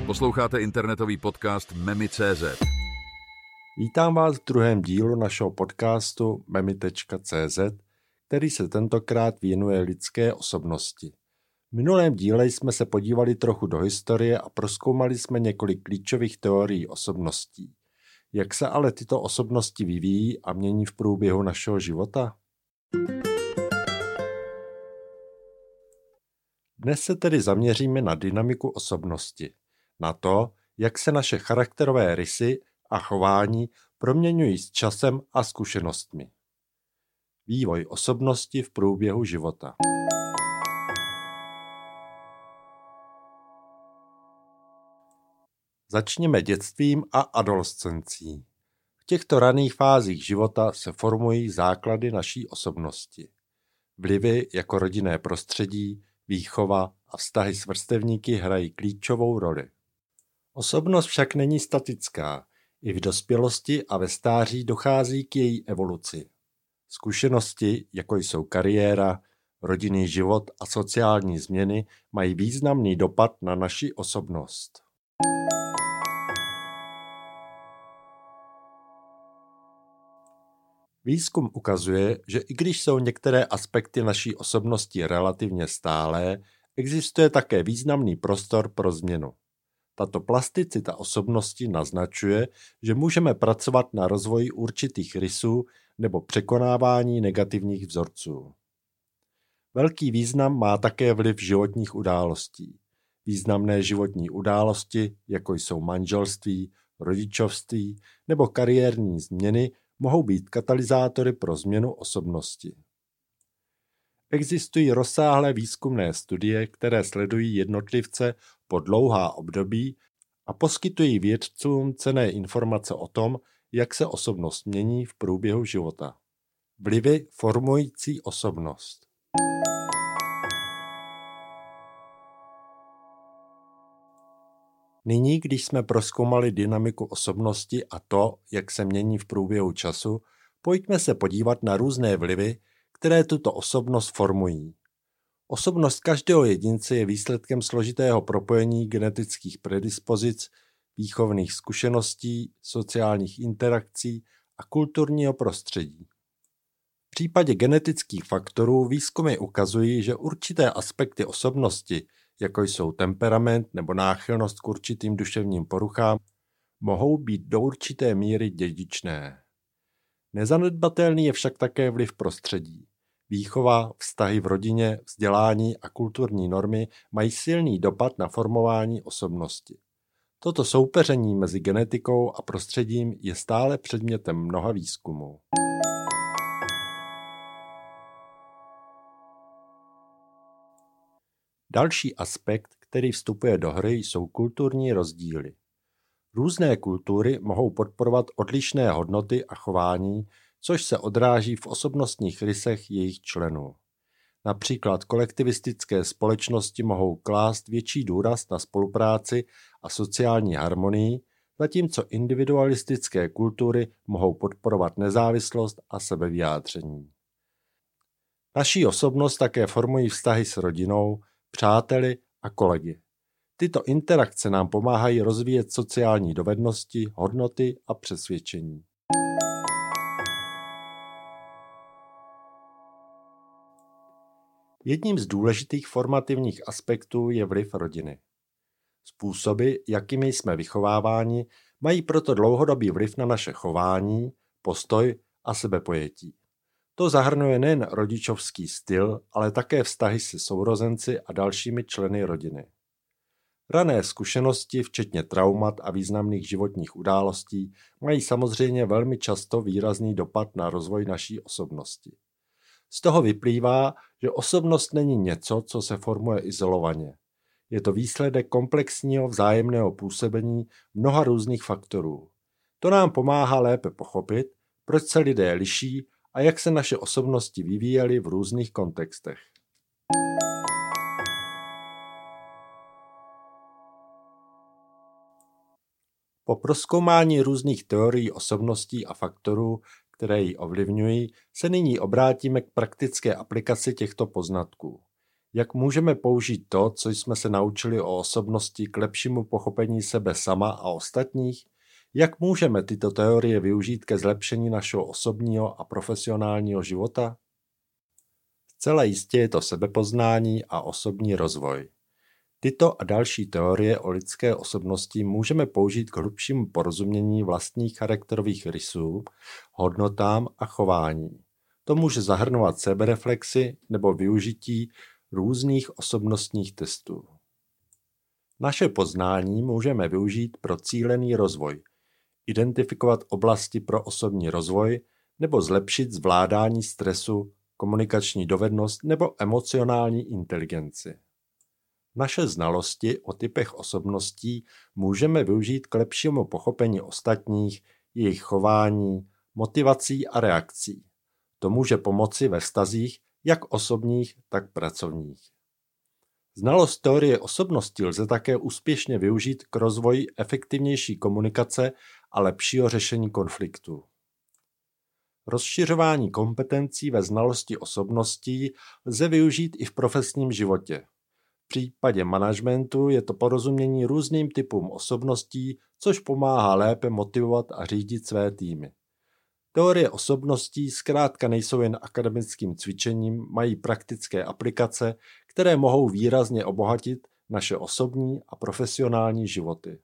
Posloucháte internetový podcast Memi.cz. Vítám vás v druhém dílu našeho podcastu Memi.cz, který se tentokrát věnuje lidské osobnosti. V minulém díle jsme se podívali trochu do historie a prozkoumali jsme několik klíčových teorií osobností. Jak se ale tyto osobnosti vyvíjí a mění v průběhu našeho života? Dnes se tedy zaměříme na dynamiku osobnosti, na to, jak se naše charakterové rysy a chování proměňují s časem a zkušenostmi. Vývoj osobnosti v průběhu života. Začněme dětstvím a adolescencí. V těchto raných fázích života se formují základy naší osobnosti. Vlivy jako rodinné prostředí, výchova a vztahy s vrstevníky hrají klíčovou roli. Osobnost však není statická. I v dospělosti a ve stáří dochází k její evoluci. Zkušenosti, jako jsou kariéra, rodinný život a sociální změny, mají významný dopad na naši osobnost. Výzkum ukazuje, že i když jsou některé aspekty naší osobnosti relativně stálé, existuje také významný prostor pro změnu. Tato plasticita osobnosti naznačuje, že můžeme pracovat na rozvoji určitých rysů nebo překonávání negativních vzorců. Velký význam má také vliv životních událostí. Významné životní události, jako jsou manželství, rodičovství nebo kariérní změny, mohou být katalyzátory pro změnu osobnosti. Existují rozsáhlé výzkumné studie, které sledují jednotlivce po dlouhá období a poskytují vědcům cenné informace o tom, jak se osobnost mění v průběhu života. Vlivy formující osobnost. Nyní, když jsme prozkoumali dynamiku osobnosti a to, jak se mění v průběhu času, pojďme se podívat na různé vlivy, které tuto osobnost formují. Osobnost každého jedince je výsledkem složitého propojení genetických predispozic, výchovných zkušeností, sociálních interakcí a kulturního prostředí. V případě genetických faktorů výzkumy ukazují, že určité aspekty osobnosti, jako jsou temperament nebo náchylnost k určitým duševním poruchám, mohou být do určité míry dědičné. Nezanedbatelný je však také vliv prostředí. Výchova, vztahy v rodině, vzdělání a kulturní normy mají silný dopad na formování osobnosti. Toto soupeření mezi genetikou a prostředím je stále předmětem mnoha výzkumů. Další aspekt, který vstupuje do hry, jsou kulturní rozdíly. Různé kultury mohou podporovat odlišné hodnoty a chování, což se odráží v osobnostních rysech jejich členů. Například kolektivistické společnosti mohou klást větší důraz na spolupráci a sociální harmonii, zatímco individualistické kultury mohou podporovat nezávislost a sebevyjádření. Naší osobnost také formují vztahy s rodinou, přáteli a kolegy. Tyto interakce nám pomáhají rozvíjet sociální dovednosti, hodnoty a přesvědčení. Jedním z důležitých formativních aspektů je vliv rodiny. Způsoby, jakými jsme vychováváni, mají proto dlouhodobý vliv na naše chování, postoj a sebepojetí. To zahrnuje nejen rodičovský styl, ale také vztahy se sourozenci a dalšími členy rodiny. Rané zkušenosti, včetně traumat a významných životních událostí, mají samozřejmě velmi často výrazný dopad na rozvoj naší osobnosti. Z toho vyplývá, že osobnost není něco, co se formuje izolovaně. Je to výsledek komplexního vzájemného působení mnoha různých faktorů. To nám pomáhá lépe pochopit, proč se lidé liší a jak se naše osobnosti vyvíjely v různých kontextech. Po prozkoumání různých teorií osobností a faktorů, které ji ovlivňují, se nyní obrátíme k praktické aplikaci těchto poznatků. Jak můžeme použít to, co jsme se naučili o osobnosti, k lepšímu pochopení sebe sama a ostatních? Jak můžeme tyto teorie využít ke zlepšení našeho osobního a profesionálního života? Zcela jistě je to sebepoznání a osobní rozvoj. Tyto a další teorie o lidské osobnosti můžeme použít k hlubšímu porozumění vlastních charakterových rysů, hodnotám a chování. To může zahrnovat sebereflexi nebo využití různých osobnostních testů. Naše poznání můžeme využít pro cílený rozvoj, identifikovat oblasti pro osobní rozvoj nebo zlepšit zvládání stresu, komunikační dovednost nebo emocionální inteligenci. Naše znalosti o typech osobností můžeme využít k lepšímu pochopení ostatních, jejich chování, motivací a reakcí. To může pomoci ve vztazích jak osobních, tak pracovních. Znalost teorie osobnosti lze také úspěšně využít k rozvoji efektivnější komunikace a lepšího řešení konfliktů. Rozšiřování kompetencí ve znalosti osobností lze využít i v profesním životě. V případě managementu je to porozumění různým typům osobností, což pomáhá lépe motivovat a řídit své týmy. Teorie osobností zkrátka nejsou jen akademickým cvičením, mají praktické aplikace, které mohou výrazně obohatit naše osobní a profesionální životy.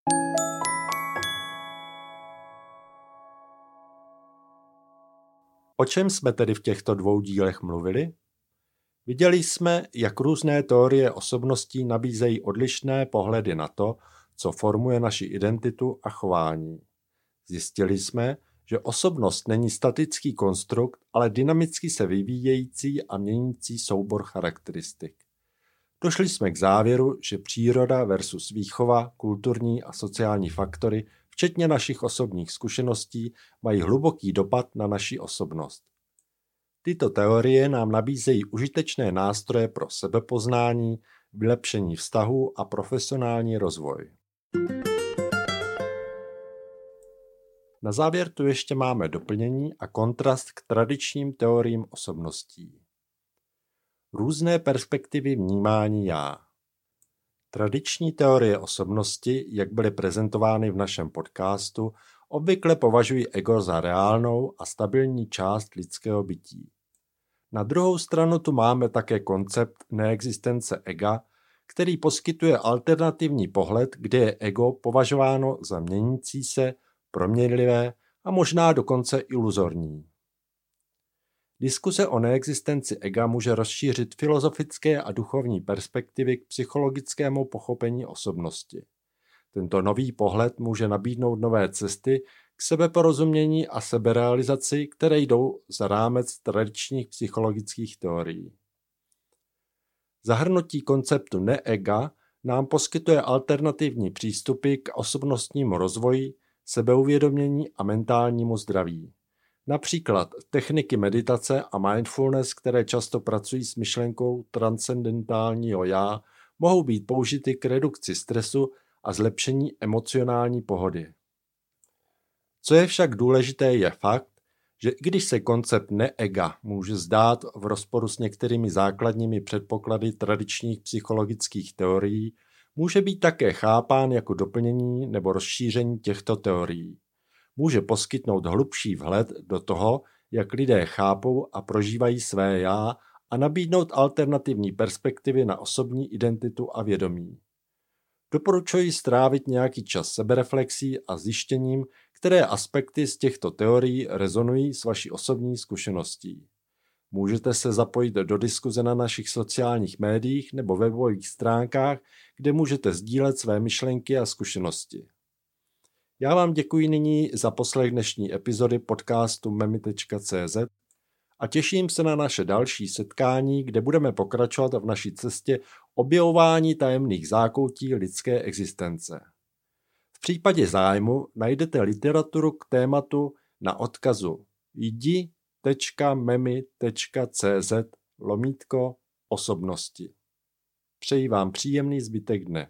O čem jsme tedy v těchto dvou dílech mluvili? Viděli jsme, jak různé teorie osobností nabízejí odlišné pohledy na to, co formuje naši identitu a chování. Zjistili jsme, že osobnost není statický konstrukt, ale dynamicky se vyvíjející a měnící soubor charakteristik. Došli jsme k závěru, že příroda versus výchova, kulturní a sociální faktory, včetně našich osobních zkušeností, mají hluboký dopad na naši osobnost. Tyto teorie nám nabízejí užitečné nástroje pro sebepoznání, vylepšení vztahů a profesionální rozvoj. Na závěr tu ještě máme doplnění a kontrast k tradičním teoriím osobností. Různé perspektivy vnímání já. Tradiční teorie osobnosti, jak byly prezentovány v našem podcastu, obvykle považují ego za reálnou a stabilní část lidského bytí. Na druhou stranu tu máme také koncept neexistence ega, který poskytuje alternativní pohled, kde je ego považováno za měnící se, proměnlivé a možná dokonce iluzorní. Diskuse o neexistenci ega může rozšířit filozofické a duchovní perspektivy k psychologickému pochopení osobnosti. Tento nový pohled může nabídnout nové cesty k sebeporozumění a seberealizaci, které jdou za rámec tradičních psychologických teorií. Zahrnutí konceptu neega nám poskytuje alternativní přístupy k osobnostnímu rozvoji, sebeuvědomění a mentálnímu zdraví. Například techniky meditace a mindfulness, které často pracují s myšlenkou transcendentálního já, mohou být použity k redukci stresu a zlepšení emocionální pohody. Co je však důležité, je fakt, že i když se koncept neega může zdát v rozporu s některými základními předpoklady tradičních psychologických teorií, může být také chápán jako doplnění nebo rozšíření těchto teorií. Může poskytnout hlubší vhled do toho, jak lidé chápou a prožívají své já a nabídnout alternativní perspektivy na osobní identitu a vědomí. Doporučuji strávit nějaký čas sebereflexí a zjištěním, které aspekty z těchto teorií rezonují s vaší osobní zkušeností. Můžete se zapojit do diskuze na našich sociálních médiích nebo webových stránkách, kde můžete sdílet své myšlenky a zkušenosti. Já vám děkuji nyní za poslech dnešní epizody podcastu memi.cz a těším se na naše další setkání, kde budeme pokračovat v naší cestě objevování tajemných zákoutí lidské existence. V případě zájmu najdete literaturu k tématu na odkazu jdi.memi.cz/osobnosti. Přeji vám příjemný zbytek dne.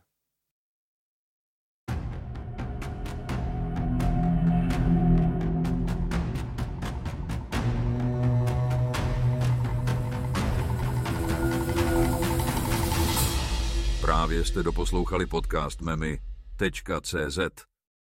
Právě jste doposlouchali podcast Memi.cz.